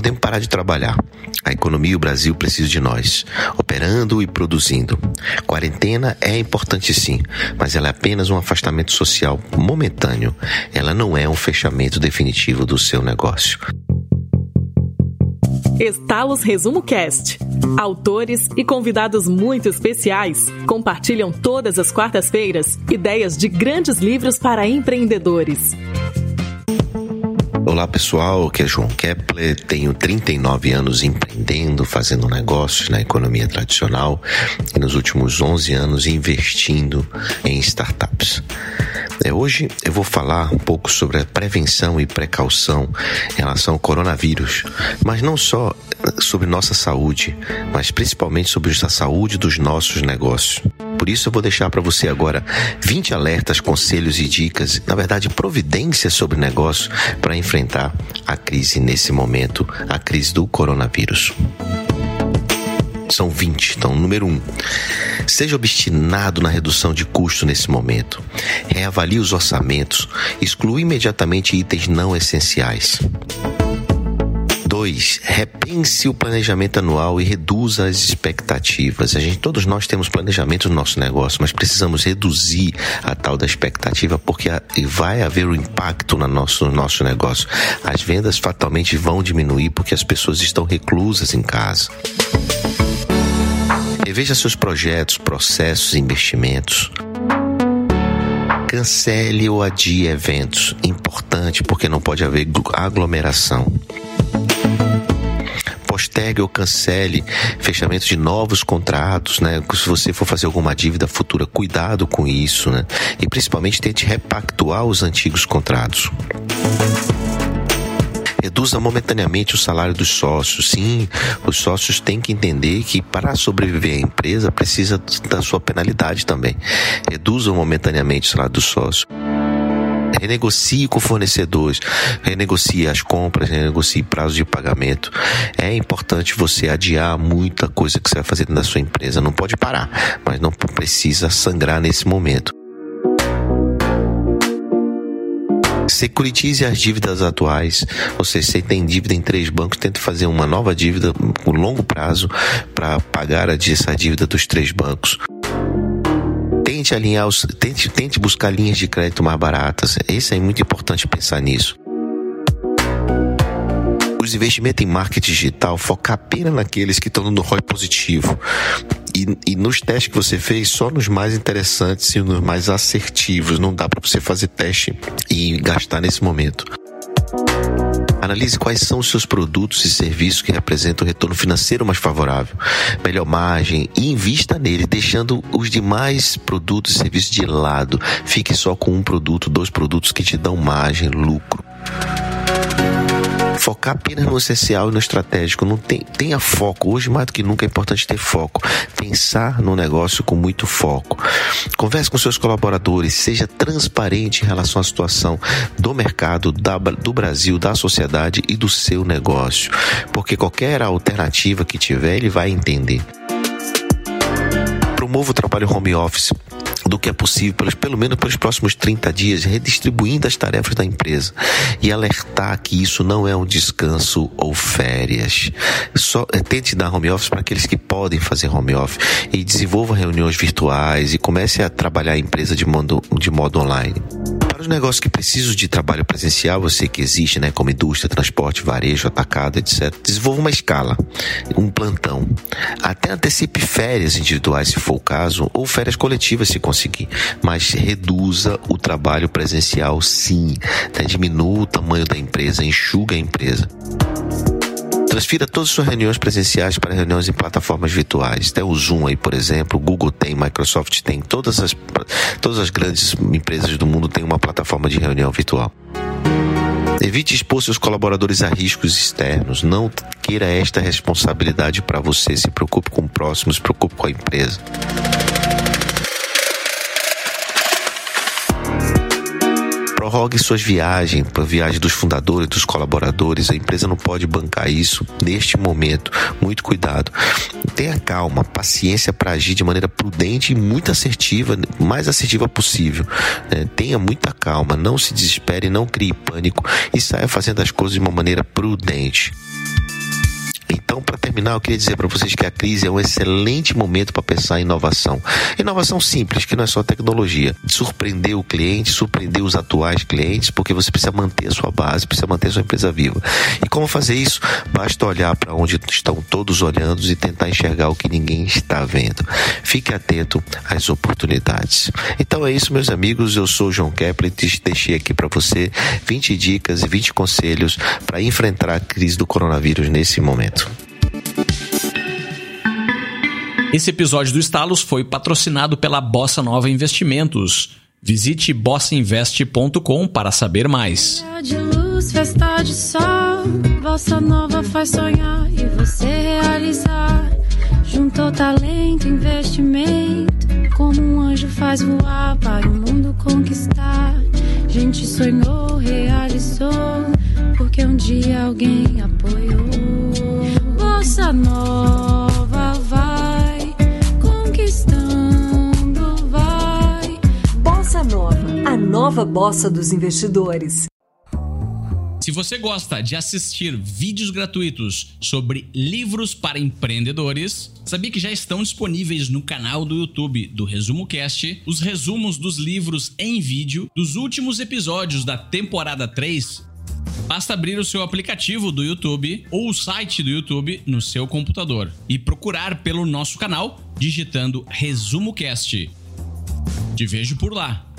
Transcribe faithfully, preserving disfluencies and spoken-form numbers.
podemos parar de trabalhar. A economia e o Brasil precisam de nós, operando e produzindo. Quarentena é importante sim, mas ela é apenas um afastamento social momentâneo. Ela não é um fechamento definitivo do seu negócio. Estalos Resumo Cast. Autores e convidados muito especiais compartilham todas as quartas-feiras ideias de grandes livros para empreendedores. Olá pessoal, aqui é João Kepler, tenho trinta e nove anos empreendendo, fazendo negócios na economia tradicional e nos últimos onze anos investindo em startups. É, hoje eu vou falar um pouco sobre a prevenção e precaução em relação ao coronavírus, mas não só sobre nossa saúde, mas principalmente sobre a saúde dos nossos negócios. Por isso eu vou deixar para você agora vinte alertas, conselhos e dicas, na verdade providências sobre negócio para enfrentar a crise nesse momento, a crise do coronavírus. São vinte. Então, número um, seja obstinado na redução de custo nesse momento. Reavalie os orçamentos, exclua imediatamente itens não essenciais. dois. Repense o planejamento anual e reduza as expectativas. A gente, todos nós temos planejamento no nosso negócio, mas precisamos reduzir a tal da expectativa porque vai haver um impacto no nosso, no nosso negócio. As vendas fatalmente vão diminuir porque as pessoas estão reclusas em casa. Reveja seus projetos, processos e investimentos. Cancele ou adie eventos. Importante porque não pode haver aglomeração. Postergue ou cancele fechamento de novos contratos, né? Se você for fazer alguma dívida futura, cuidado com isso, né? E principalmente tente repactuar os antigos contratos. Reduza momentaneamente o salário dos sócios. Sim, os sócios têm que entender que para sobreviver a empresa precisa da sua penalidade também. Reduza momentaneamente o salário dos sócios. Renegocie com fornecedores, renegocie as compras, renegocie prazos de pagamento. É importante você adiar muita coisa que você vai fazer dentro da sua empresa. Não pode parar, mas não precisa sangrar nesse momento. Securitize as dívidas atuais. Ou seja, se você tem dívida em três bancos, tente fazer uma nova dívida com longo prazo para pagar essa dívida dos três bancos. Tente alinhar os, tente, tente buscar linhas de crédito mais baratas. Isso é muito importante pensar nisso. Os investimentos em marketing digital, focar apenas naqueles que estão no R O I positivo. E, e nos testes que você fez, só nos mais interessantes e nos mais assertivos. Não dá para você fazer teste e gastar nesse momento. Analise quais são os seus produtos e serviços que representam o retorno financeiro mais favorável, melhor margem, e invista nele, deixando os demais produtos e serviços de lado. Fique só com um produto, dois produtos que te dão margem, lucro. Focar apenas no essencial e no estratégico. Não tem, tenha foco. Hoje, mais do que nunca, é importante ter foco. Pensar no negócio com muito foco. Converse com seus colaboradores. Seja transparente em relação à situação do mercado, da, do Brasil, da sociedade e do seu negócio. Porque qualquer alternativa que tiver, ele vai entender. Promova o trabalho home office do que é possível, pelos, pelo menos pelos próximos trinta dias, redistribuindo as tarefas da empresa e alertar que isso não é um descanso ou férias. Só, tente dar home office para aqueles que podem fazer home office e desenvolva reuniões virtuais e comece a trabalhar a empresa de modo, de modo online. Para os negócios que precisam de trabalho presencial, eu sei que existe, né, como indústria, transporte, varejo, atacado, etcétera. Desenvolva uma escala, um plantão. Até antecipe férias individuais, se for o caso, ou férias coletivas, se conseguir. Mas reduza o trabalho presencial, sim. Né? Diminua o tamanho da empresa, enxuga a empresa. Transfira todas as suas reuniões presenciais para reuniões em plataformas virtuais. Até o Zoom aí, por exemplo, o Google tem, Microsoft tem, todas as, todas as grandes empresas do mundo têm uma plataforma de reunião virtual. Evite expor seus colaboradores a riscos externos. Não queira esta responsabilidade para você. Se preocupe com o próximo, se preocupe com a empresa. Prorrogue suas viagens, para a viagem dos fundadores, dos colaboradores. A empresa não pode bancar isso neste momento. Muito cuidado. Tenha calma, paciência para agir de maneira prudente e muito assertiva, mais assertiva possível. É, tenha muita calma, não se desespere, não crie pânico e saia fazendo as coisas de uma maneira prudente. Então, para terminar, eu queria dizer para vocês que a crise é um excelente momento para pensar em inovação. Inovação simples, que não é só tecnologia. Surpreender o cliente, surpreender os atuais clientes, porque você precisa manter a sua base, precisa manter a sua empresa viva. E como fazer isso? Basta olhar para onde estão todos olhando e tentar enxergar o que ninguém está vendo. Fique atento às oportunidades. Então é isso, meus amigos. Eu sou o João Kepler e te deixei aqui para você vinte dicas e vinte conselhos para enfrentar a crise do coronavírus nesse momento. Esse episódio do Estalos foi patrocinado pela Bossa Nova Investimentos. Visite bossa invest ponto com para saber mais. De luz, festa de sol, Bossa Nova faz sonhar e você realizar. Juntou talento, investimento, como um anjo faz voar para o mundo conquistar. Gente sonhou, realizou, porque um dia alguém apoiou. Bossa Nova vai conquistando, vai. Bossa Nova, a nova bossa dos investidores. Se você gosta de assistir vídeos gratuitos sobre livros para empreendedores, sabia que já estão disponíveis no canal do YouTube do Resumo Cast os resumos dos livros em vídeo dos últimos episódios da temporada três? Basta abrir o seu aplicativo do YouTube ou o site do YouTube no seu computador e procurar pelo nosso canal digitando Resumo Cast. Te vejo por lá.